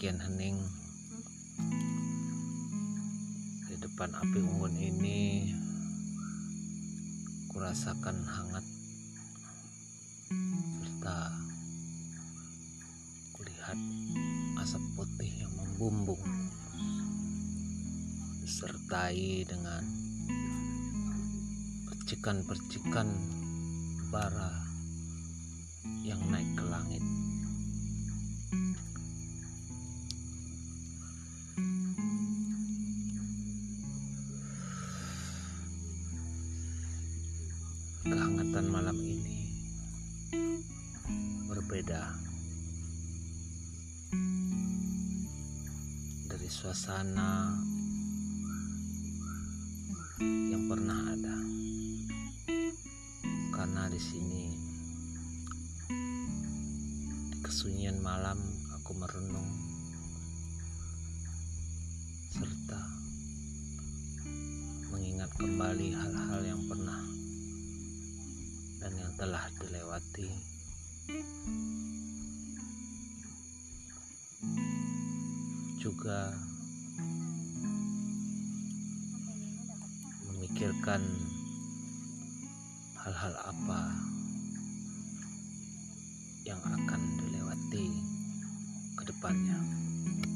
sekian hening di depan api unggun ini, kurasakan hangat serta kulihat asap putih yang membumbung disertai dengan percikan-percikan bara yang naik ke langit. Kehangatan malam ini berbeda dari suasana yang pernah ada, karena di sini di kesunyian malam aku merenung serta mengingat kembali hal-hal yang pernah dan yang telah dilewati. Juga memikirkan hal-hal apa yang akan dilewati ke depannya.